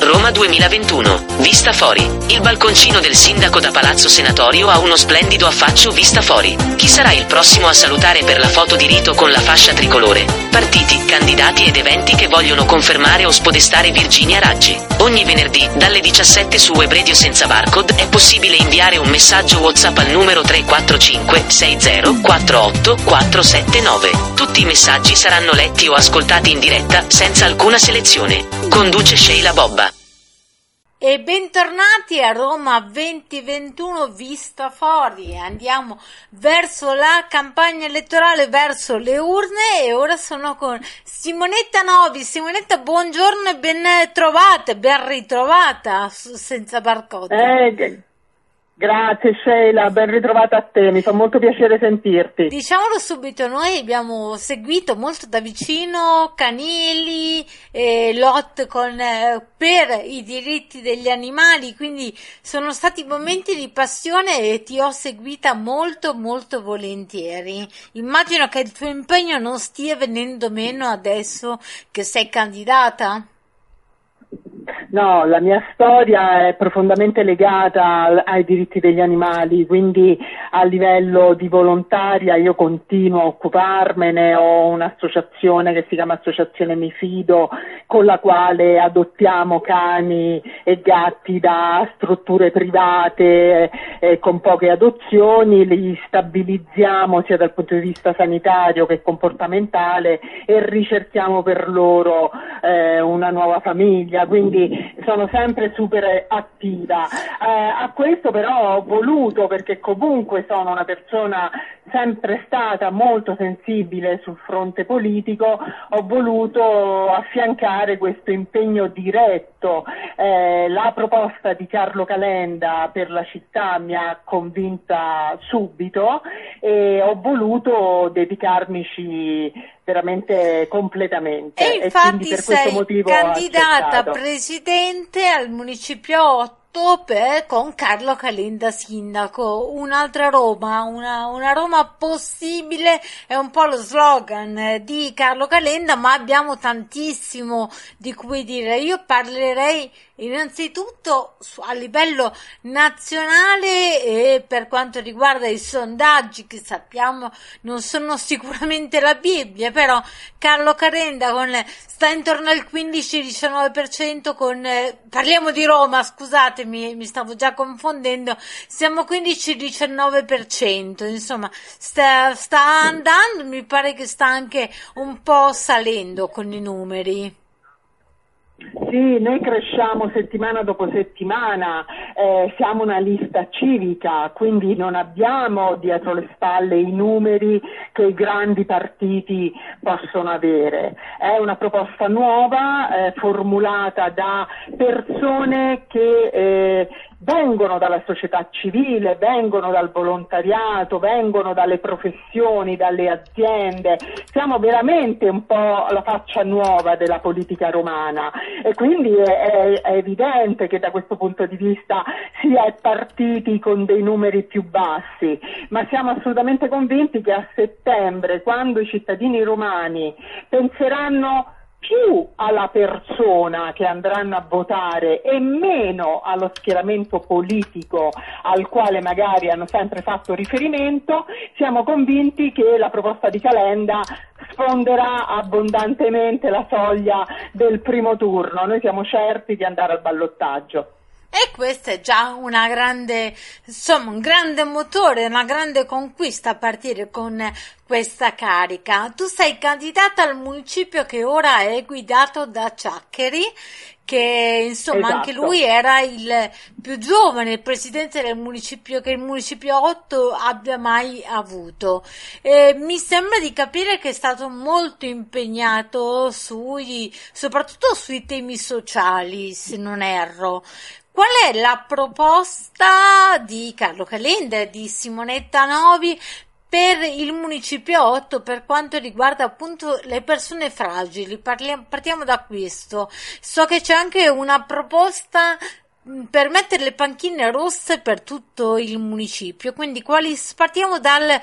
Roma 2021. Vista Fori. Il balconcino del sindaco da Palazzo Senatorio ha uno splendido affaccio vista fuori. Chi sarà il prossimo a salutare per la foto di rito con la fascia tricolore? Partiti, candidati ed eventi che vogliono confermare o spodestare Virginia Raggi. Ogni venerdì, dalle 17 su Web Radio senza barcode, è possibile inviare un messaggio WhatsApp al numero 345 60 48 479. Tutti i messaggi saranno letti o ascoltati in diretta, senza alcuna selezione. Conduce Sheila Bobba. E bentornati a Roma 2021 Vista Fuori. Andiamo verso la campagna elettorale, verso le urne, e ora sono con Simonetta Novi. Simonetta, buongiorno e ben ritrovata senza barcode. Grazie Sheila, ben ritrovata a te, mi fa molto piacere sentirti. Diciamolo subito, noi abbiamo seguito molto da vicino Canili e Lot per i diritti degli animali, quindi sono stati momenti di passione e ti ho seguita molto molto volentieri. Immagino che il tuo impegno non stia venendo meno adesso che sei candidata? No, la mia storia è profondamente legata ai diritti degli animali, quindi a livello di volontaria io continuo a occuparmene. Ho un'associazione che si chiama Associazione Mi Fido, con la quale adottiamo cani e gatti da strutture private con poche adozioni, li stabilizziamo sia dal punto di vista sanitario che comportamentale e ricerchiamo per loro una nuova famiglia, quindi sono sempre super attiva. A questo però ho voluto, perché comunque sono una persona sempre stata molto sensibile sul fronte politico, ho voluto affiancare questo impegno diretto. La proposta di Carlo Calenda per la città mi ha convinta subito e ho voluto dedicarmici veramente completamente. E infatti quindi per questo motivo candidata presidente al Municipio 8 con Carlo Calenda sindaco. Un'altra Roma, una Roma possibile, è un po' lo slogan di Carlo Calenda, ma abbiamo tantissimo di cui dire. Io parlerei innanzitutto a livello nazionale e per quanto riguarda i sondaggi, che sappiamo non sono sicuramente la Bibbia, però Carlo Calenda sta intorno al 15-19% parliamo di Roma, scusatemi, mi stavo già confondendo, siamo 15-19%, insomma sta andando, mi pare che sta anche un po' salendo con i numeri. Sì, noi cresciamo settimana dopo settimana, siamo una lista civica, quindi non abbiamo dietro le spalle i numeri che i grandi partiti possono avere. È una proposta nuova, formulata da persone che vengono dalla società civile, vengono dal volontariato, vengono dalle professioni, dalle aziende. Siamo veramente un po' la faccia nuova della politica romana e quindi è evidente che da questo punto di vista si è partiti con dei numeri più bassi, ma siamo assolutamente convinti che a settembre, quando i cittadini romani penseranno più alla persona che andranno a votare e meno allo schieramento politico al quale magari hanno sempre fatto riferimento, siamo convinti che la proposta di Calenda sfonderà abbondantemente la soglia del primo turno. Noi siamo certi di andare al ballottaggio. E questo è già un grande motore, una grande conquista a partire con questa carica. Tu sei candidata al municipio che ora è guidato da Ciaccheri, che insomma esatto. Anche lui era il più giovane il presidente del municipio che il municipio 8 abbia mai avuto. Mi sembra di capire che è stato molto impegnato soprattutto sui temi sociali, se non erro. Qual è la proposta di Carlo Calenda e di Simonetta Novi per il Municipio 8 per quanto riguarda appunto le persone fragili? Partiamo da questo. So che c'è anche una proposta per mettere le panchine rosse per tutto il municipio, quindi partiamo dalle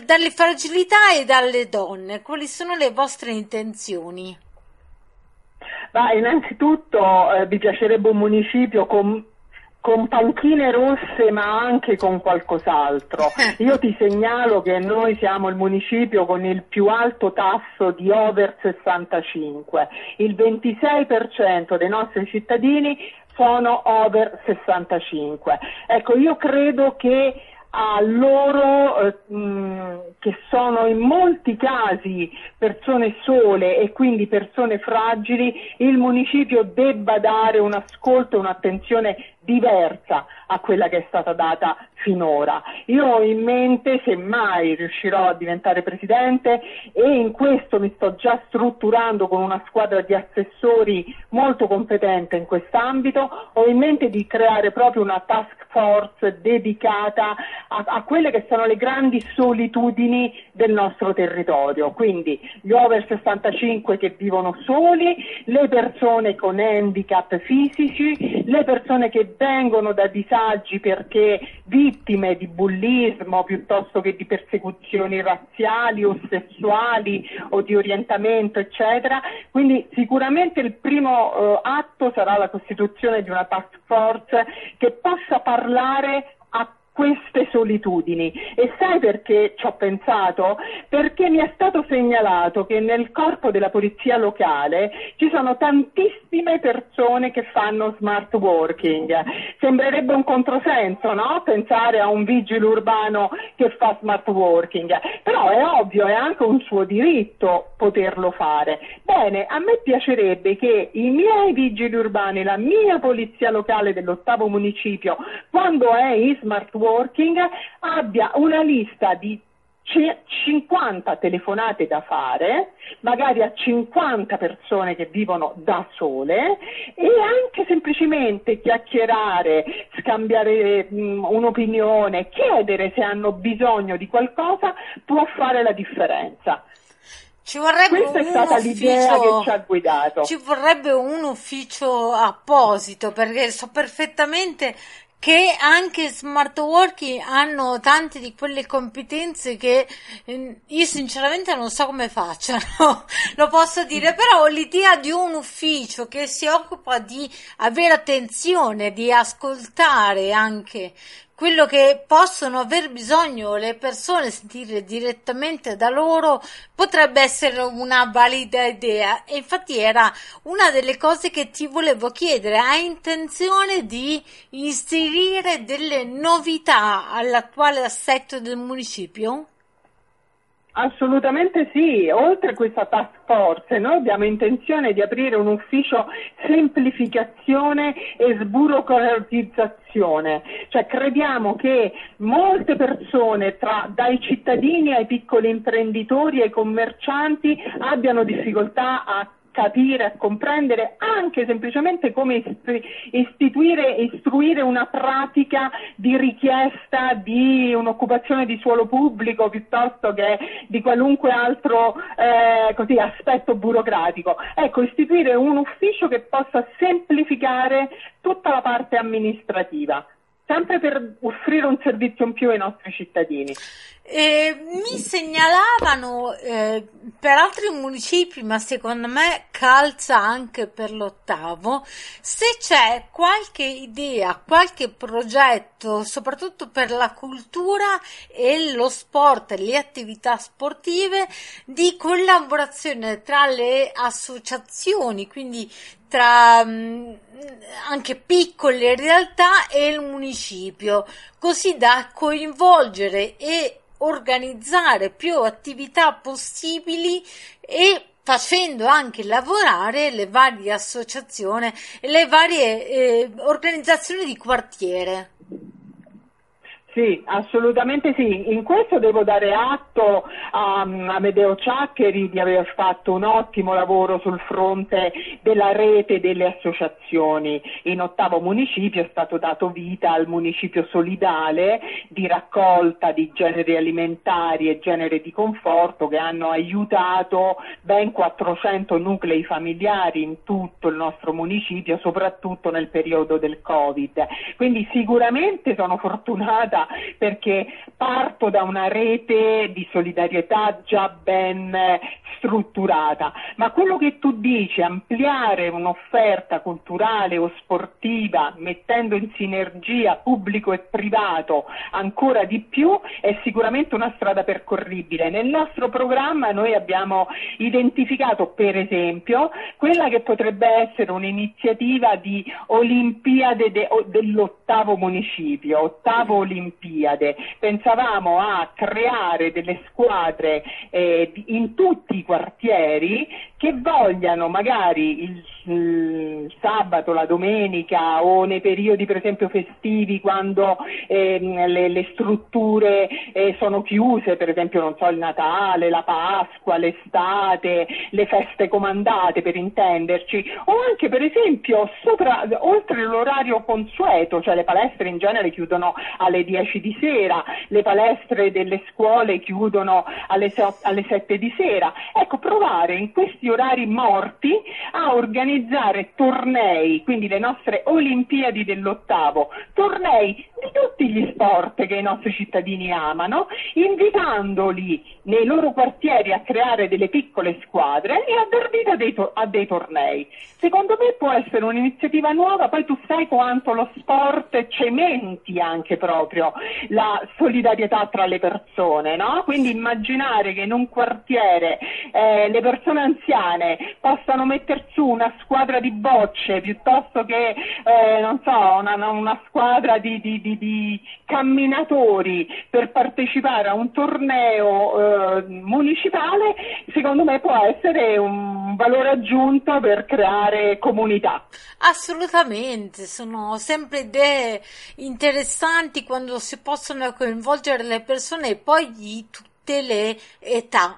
fragilità e dalle donne. Quali sono le vostre intenzioni? Ma innanzitutto mi piacerebbe un municipio con panchine rosse, ma anche con qualcos'altro. Io ti segnalo che noi siamo il municipio con il più alto tasso di over 65. Il 26% dei nostri cittadini sono over 65. Ecco, io credo che a loro, che sono in molti casi persone sole e quindi persone fragili, il municipio debba dare un ascolto e un'attenzione diversa a quella che è stata data finora. Io ho in mente, se mai riuscirò a diventare presidente, e in questo mi sto già strutturando con una squadra di assessori molto competente in quest'ambito, ho in mente di creare proprio una task force dedicata a quelle che sono le grandi solitudini del nostro territorio, quindi gli over 65 che vivono soli, le persone con handicap fisici, le persone che vengono da disagi perché vittime di bullismo piuttosto che di persecuzioni razziali o sessuali o di orientamento, eccetera. Quindi sicuramente il primo atto sarà la costituzione di una task force che possa parlare a queste solitudini. E sai perché ci ho pensato? Perché mi è stato segnalato che nel corpo della polizia locale ci sono tantissime persone che fanno smart working. Sembrerebbe un controsenso, no? Pensare a un vigile urbano che fa smart working, però è ovvio, è anche un suo diritto poterlo fare. Bene, a me piacerebbe che i miei vigili urbani, la mia polizia locale dell'8° municipio, quando è in smart working, abbia una lista di 50 telefonate da fare, magari a 50 persone che vivono da sole, e anche semplicemente chiacchierare, scambiare un'opinione, chiedere se hanno bisogno di qualcosa, può fare la differenza. Ci vorrebbe Questa è stata l'idea che ci ha guidato. Ci vorrebbe un ufficio apposito, perché so perfettamente che anche smart working hanno tante di quelle competenze che io sinceramente non so come facciano, lo posso dire, però l'idea di un ufficio che si occupa di avere attenzione, di ascoltare anche quello che possono aver bisogno le persone, sentire direttamente da loro, potrebbe essere una valida idea. E infatti era una delle cose che ti volevo chiedere: hai intenzione di inserire delle novità all'attuale assetto del municipio? Assolutamente sì, oltre a questa task force noi abbiamo intenzione di aprire un ufficio semplificazione e sburocratizzazione, cioè crediamo che molte persone, dai cittadini ai piccoli imprenditori ai commercianti, abbiano difficoltà a capire, a comprendere anche semplicemente come istruire una pratica di richiesta di un'occupazione di suolo pubblico piuttosto che di qualunque altro aspetto burocratico. Ecco, istituire un ufficio che possa semplificare tutta la parte amministrativa, sempre per offrire un servizio in più ai nostri cittadini. Mi segnalavano per altri municipi, ma secondo me calza anche per l'8°, se c'è qualche idea, qualche progetto, soprattutto per la cultura e lo sport, le attività sportive, di collaborazione tra le associazioni, quindi tra anche piccole realtà e il municipio, così da coinvolgere e organizzare più attività possibili e facendo anche lavorare le varie associazioni e le varie organizzazioni di quartiere. Sì, assolutamente sì. In questo devo dare atto a Amedeo Ciaccheri di aver fatto un ottimo lavoro sul fronte della rete delle associazioni. In 8° municipio è stato dato vita al municipio solidale di raccolta di generi alimentari e generi di conforto che hanno aiutato ben 400 nuclei familiari in tutto il nostro municipio, soprattutto nel periodo del Covid. Quindi sicuramente sono fortunata cosa, perché parto da una rete di solidarietà già ben strutturata, ma quello che tu dici, ampliare un'offerta culturale o sportiva mettendo in sinergia pubblico e privato ancora di più, è sicuramente una strada percorribile. Nel nostro programma noi abbiamo identificato per esempio quella che potrebbe essere un'iniziativa di Olimpiade dell'8° municipio, 8ª Olimpiade. Pensavamo a creare delle squadre in tutti i quartieri che vogliano magari il sabato, la domenica o nei periodi per esempio festivi, quando le strutture sono chiuse, per esempio non so, il Natale, la Pasqua, l'estate, le feste comandate per intenderci, o anche per esempio oltre l'orario consueto, cioè le palestre in genere chiudono alle 10 di sera, le palestre delle scuole chiudono alle 7 di sera. Ecco, provare in questi orari morti a organizzare tornei, quindi le nostre Olimpiadi dell'8º, tornei di tutti gli sport che i nostri cittadini amano, invitandoli nei loro quartieri a creare delle piccole squadre e a dar vita a dei tornei. Secondo me può essere un'iniziativa nuova, poi tu sai quanto lo sport cementi anche proprio la solidarietà tra le persone, no? Quindi immaginare che in un quartiere le persone anziane possano mettere su una squadra di bocce piuttosto che non so, una squadra di camminatori per partecipare a un torneo municipale, secondo me può essere un valore aggiunto per creare comunità. Assolutamente, sono sempre idee interessanti quando si possono coinvolgere le persone e poi di tutte le età.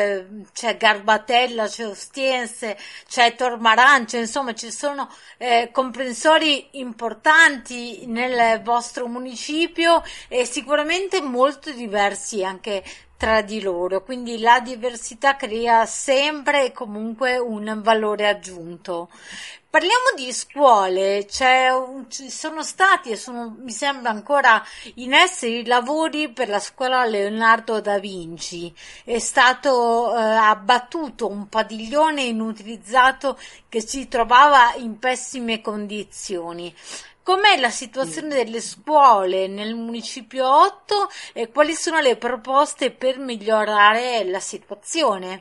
C'è Garbatella, c'è Ostiense, c'è Tormarancio, insomma ci sono comprensori importanti nel vostro municipio e sicuramente molto diversi anche tra di loro, quindi la diversità crea sempre e comunque un valore aggiunto. Parliamo di scuole, ci sono stati e mi sembra ancora in essere i lavori per la scuola Leonardo da Vinci. È stato abbattuto un padiglione inutilizzato che si trovava in pessime condizioni. Com'è la situazione delle scuole nel Municipio 8 e quali sono le proposte per migliorare la situazione?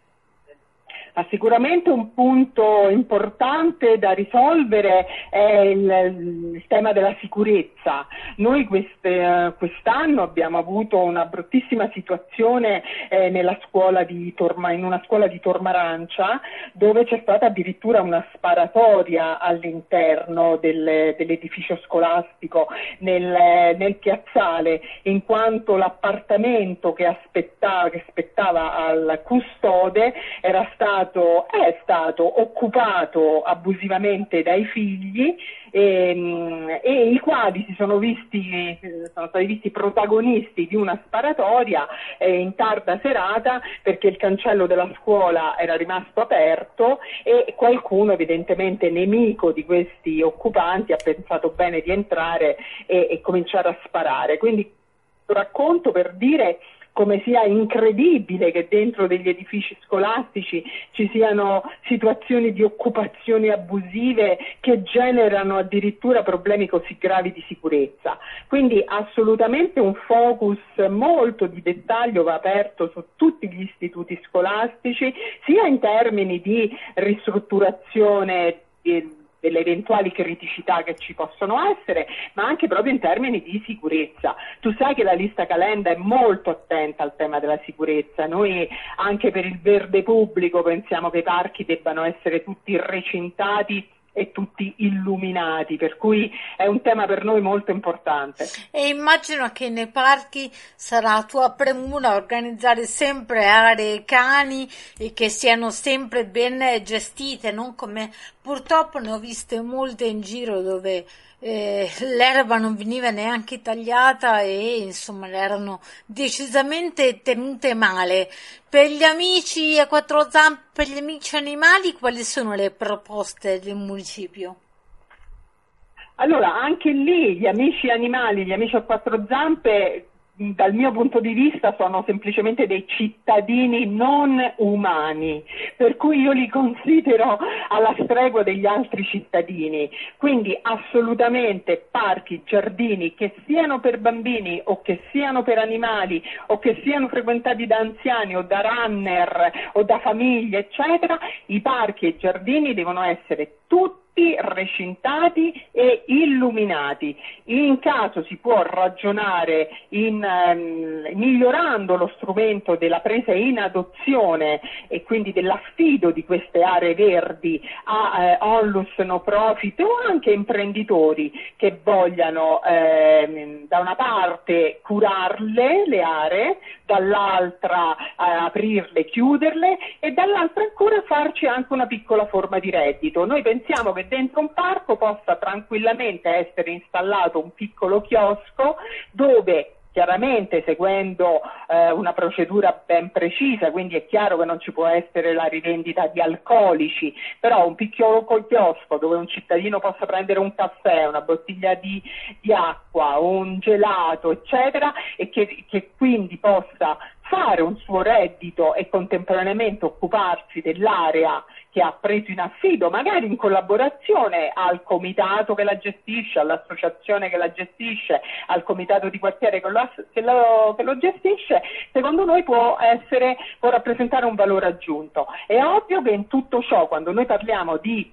Sicuramente un punto importante da risolvere è il tema della sicurezza. Noi quest'anno abbiamo avuto una bruttissima situazione in una scuola di Tormarancia, dove c'è stata addirittura una sparatoria all'interno dell'edificio scolastico nel piazzale, in quanto l'appartamento che spettava al custode è stato occupato abusivamente dai figli e i quali sono stati visti protagonisti di una sparatoria in tarda serata, perché il cancello della scuola era rimasto aperto e qualcuno, evidentemente nemico di questi occupanti, ha pensato bene di entrare e cominciare a sparare. Quindi lo racconto per dire come sia incredibile che dentro degli edifici scolastici ci siano situazioni di occupazioni abusive che generano addirittura problemi così gravi di sicurezza. Quindi assolutamente un focus molto di dettaglio va aperto su tutti gli istituti scolastici, sia in termini di ristrutturazione delle eventuali criticità che ci possono essere, ma anche proprio in termini di sicurezza. Tu sai che la lista Calenda è molto attenta al tema della sicurezza. Noi anche per il verde pubblico pensiamo che i parchi debbano essere tutti recintati e tutti illuminati, per cui è un tema per noi molto importante. E immagino che nei parchi sarà tua premura organizzare sempre aree cani e che siano sempre ben gestite, non come purtroppo ne ho viste molte in giro dove l'erba non veniva neanche tagliata e insomma erano decisamente tenute male. Per gli amici a quattro zampe, per gli amici animali, quali sono le proposte del municipio? Allora, anche lì gli amici animali, gli amici a quattro zampe, dal mio punto di vista sono semplicemente dei cittadini non umani, per cui io li considero alla stregua degli altri cittadini. Quindi assolutamente parchi, giardini, che siano per bambini o che siano per animali o che siano frequentati da anziani o da runner o da famiglie, eccetera, i parchi e i giardini devono essere tutti recintati e illuminati. In caso si può ragionare migliorando lo strumento della presa in adozione e quindi dell'affido di queste aree verdi a onlus no profit o anche imprenditori che vogliano da una parte curarle le aree, dall'altra aprirle, chiuderle e dall'altra ancora farci anche una piccola forma di reddito. Noi pensiamo che dentro un parco possa tranquillamente essere installato un piccolo chiosco dove, chiaramente seguendo una procedura ben precisa, quindi è chiaro che non ci può essere la rivendita di alcolici, però un piccolo chiosco dove un cittadino possa prendere un caffè, una bottiglia di acqua, un gelato, eccetera, e che quindi possa fare un suo reddito e contemporaneamente occuparsi dell'area che ha preso in affido, magari in collaborazione al comitato che la gestisce, all'associazione che la gestisce, al comitato di quartiere che lo gestisce, secondo noi può rappresentare un valore aggiunto. È ovvio che in tutto ciò, quando noi parliamo di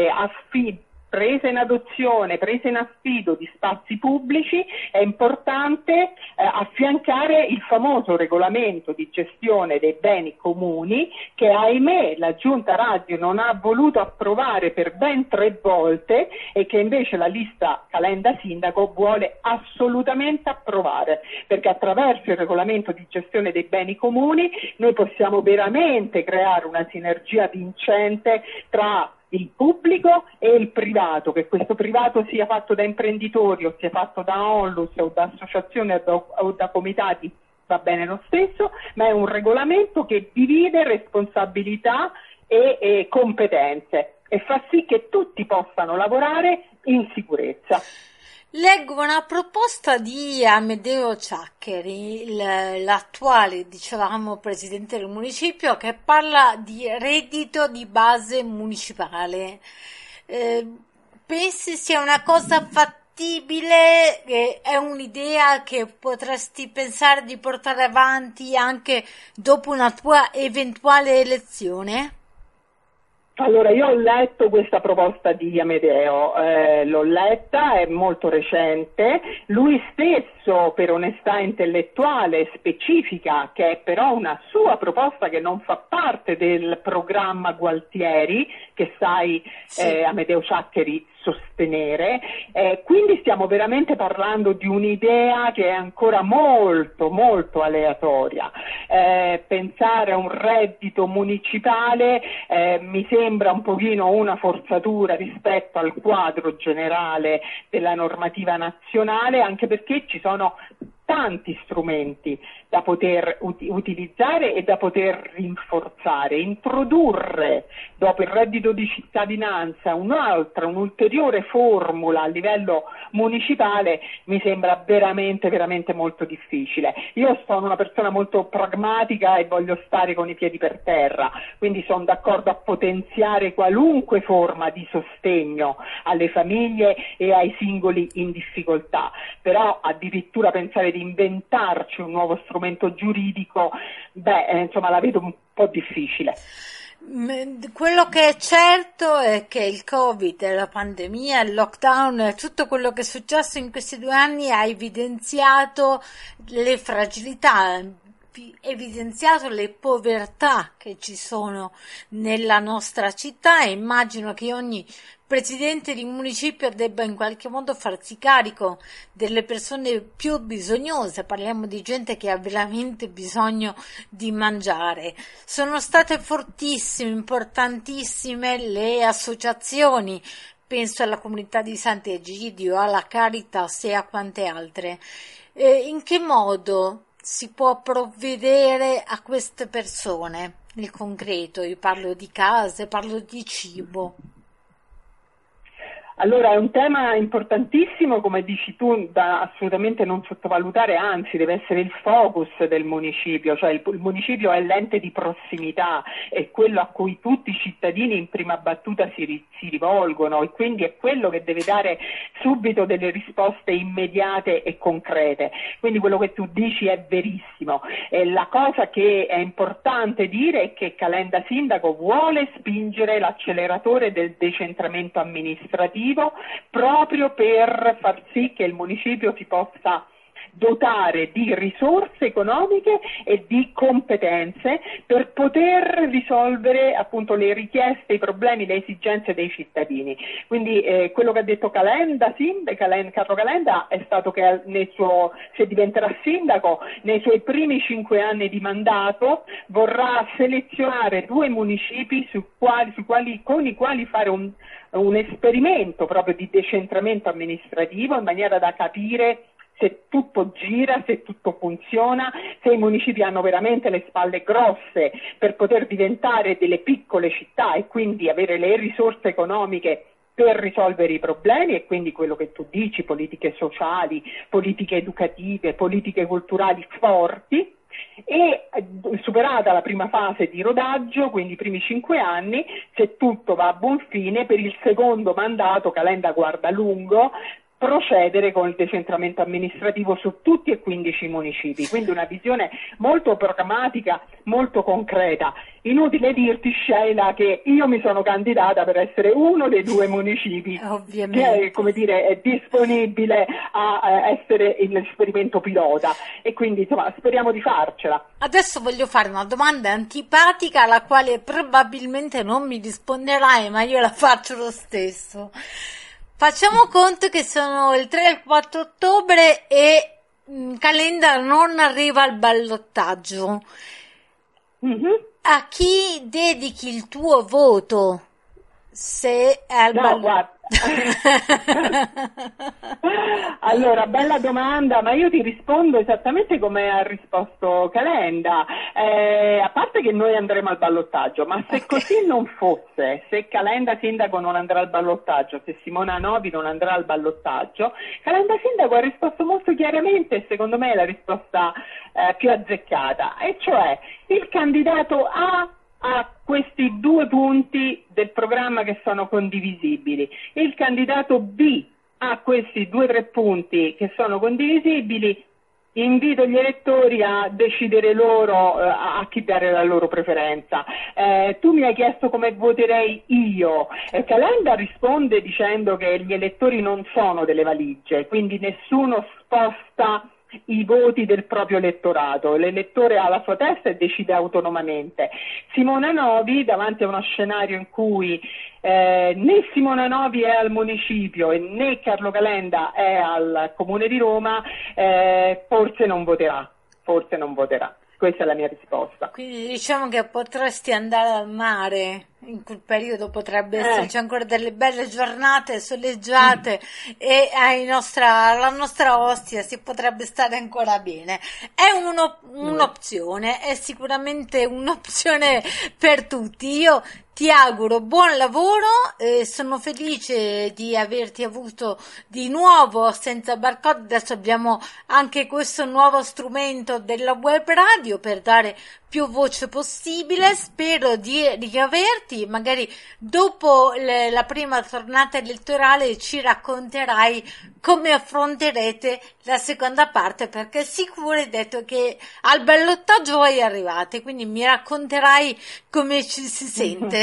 presa in adozione, presa in affido di spazi pubblici, è importante affiancare il famoso regolamento di gestione dei beni comuni che, ahimè, la Giunta Radio non ha voluto approvare per ben 3 volte e che invece la lista Calenda Sindaco vuole assolutamente approvare, perché attraverso il regolamento di gestione dei beni comuni noi possiamo veramente creare una sinergia vincente tra il pubblico e il privato, che questo privato sia fatto da imprenditori o sia fatto da onlus o da associazioni o da comitati, va bene lo stesso, ma è un regolamento che divide responsabilità e competenze e fa sì che tutti possano lavorare in sicurezza. Leggo una proposta di Amedeo Ciaccheri, l'attuale, dicevamo, presidente del municipio, che parla di reddito di base municipale. Pensi sia una cosa fattibile? È un'idea che potresti pensare di portare avanti anche dopo una tua eventuale elezione? Allora, io ho letto questa proposta di Amedeo, l'ho letta, è molto recente, lui stesso per onestà intellettuale specifica che è però una sua proposta che non fa parte del programma Gualtieri, che sai sì. Amedeo Ciaccheri sostenere, quindi stiamo veramente parlando di un'idea che è ancora molto molto aleatoria. Pensare a un reddito municipale mi sembra un pochino una forzatura rispetto al quadro generale della normativa nazionale, anche perché ci sono tanti strumenti da poter utilizzare e da poter rinforzare. Introdurre dopo il reddito di cittadinanza un'ulteriore formula a livello municipale mi sembra veramente veramente molto difficile. Io sono una persona molto pragmatica e voglio stare con i piedi per terra, quindi sono d'accordo a potenziare qualunque forma di sostegno alle famiglie e ai singoli in difficoltà, però addirittura pensare di inventarci un nuovo strumento giuridico, insomma la vedo un po' difficile. Quello che è certo è che il Covid, la pandemia, il lockdown, tutto quello che è successo in questi 2 anni ha evidenziato le fragilità, evidenziato le povertà che ci sono nella nostra città, e immagino che ogni presidente di municipio debba in qualche modo farsi carico delle persone più bisognose. Parliamo di gente che ha veramente bisogno di mangiare. Sono state fortissime, importantissime le associazioni, penso alla comunità di Sant'Egidio, alla Caritas e a quante altre. In che modo si può provvedere a queste persone nel concreto? Io parlo di case, parlo di cibo. Allora, è un tema importantissimo, come dici tu, da assolutamente non sottovalutare, anzi deve essere il focus del municipio, cioè il municipio è l'ente di prossimità, è quello a cui tutti i cittadini in prima battuta si rivolgono, e quindi è quello che deve dare subito delle risposte immediate e concrete. Quindi quello che tu dici è verissimo. La cosa che è importante dire è che Calenda Sindaco vuole spingere l'acceleratore del decentramento amministrativo proprio per far sì che il municipio si possa dotare di risorse economiche e di competenze per poter risolvere appunto le richieste, i problemi, le esigenze dei cittadini. Quindi quello che ha detto Carlo Calenda è stato che se diventerà sindaco, nei suoi primi 5 anni di mandato vorrà selezionare 2 municipi con i quali fare un esperimento proprio di decentramento amministrativo, in maniera da capire se tutto gira, se tutto funziona, se i municipi hanno veramente le spalle grosse per poter diventare delle piccole città e quindi avere le risorse economiche per risolvere i problemi, e quindi quello che tu dici, politiche sociali, politiche educative, politiche culturali forti. E superata la prima fase di rodaggio, quindi i primi 5 anni, se tutto va a buon fine, per il secondo mandato Calenda guarda lungo, procedere con il decentramento amministrativo su tutti e 15 municipi, quindi una visione molto pragmatica, molto concreta. Inutile dirti, Sheila, che io mi sono candidata per essere uno dei 2 municipi che è disponibile a essere l'esperimento pilota, e quindi insomma speriamo di farcela. Adesso voglio fare una domanda antipatica alla quale probabilmente non mi risponderai, ma io la faccio lo stesso. Facciamo conto che sono il 3 e il 4 ottobre e Calenda non arriva al ballottaggio. Mm-hmm. A chi dedichi il tuo voto? Se è al ballottaggio? Allora, bella domanda, ma io ti rispondo esattamente come ha risposto Calenda, a parte che noi andremo al ballottaggio, ma se così non fosse, se Calenda Sindaco non andrà al ballottaggio, se Simona Novi non andrà al ballottaggio, Calenda Sindaco ha risposto molto chiaramente, e secondo me è la risposta più azzeccata, e cioè il candidato ha questi 2 punti del programma che sono condivisibili, il candidato B ha questi 2-3 punti che sono condivisibili. Invito gli elettori a decidere loro a chi dare la loro preferenza. Tu mi hai chiesto come voterei io. Calenda risponde dicendo che gli elettori non sono delle valigie, quindi nessuno sposta i voti del proprio elettorato, l'elettore ha la sua testa e decide autonomamente. Simona Novi, davanti a uno scenario in cui né Simona Novi è al municipio e né Carlo Calenda è al Comune di Roma, forse non voterà. Questa è la mia risposta. Quindi diciamo che potresti andare al mare, in quel periodo potrebbe esserci ancora delle belle giornate soleggiate e la nostra Ostia si potrebbe stare ancora bene. È un'opzione, è sicuramente un'opzione per tutti. Io ti auguro buon lavoro, sono felice di averti avuto di nuovo senza barcode. Adesso abbiamo anche questo nuovo strumento della web radio per dare più voce possibile. Spero di riaverti, magari dopo la prima tornata elettorale ci racconterai come affronterete la seconda parte, perché sicuro hai detto che al ballottaggio voi arrivate, quindi mi racconterai come ci si sente.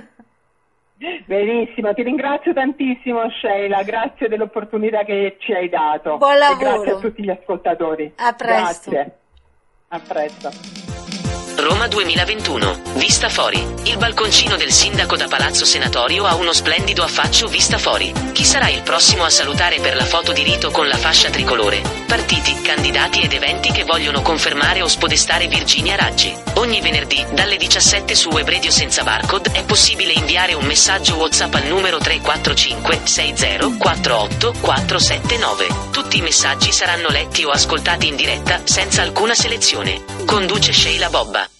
Benissimo, ti ringrazio tantissimo Sheila, grazie dell'opportunità che ci hai dato. Buon lavoro. E grazie a tutti gli ascoltatori. A presto. Grazie. A presto. Roma 2021. Vista Fori. Il balconcino del sindaco da Palazzo Senatorio ha uno splendido affaccio vista fuori. Chi sarà il prossimo a salutare per la foto di rito con la fascia tricolore? Partiti, candidati ed eventi che vogliono confermare o spodestare Virginia Raggi. Ogni venerdì, dalle 17 su Web Radio senza barcode, è possibile inviare un messaggio WhatsApp al numero 345 60 48 479. Tutti i messaggi saranno letti o ascoltati in diretta, senza alcuna selezione. Conduce Sheila Bobba.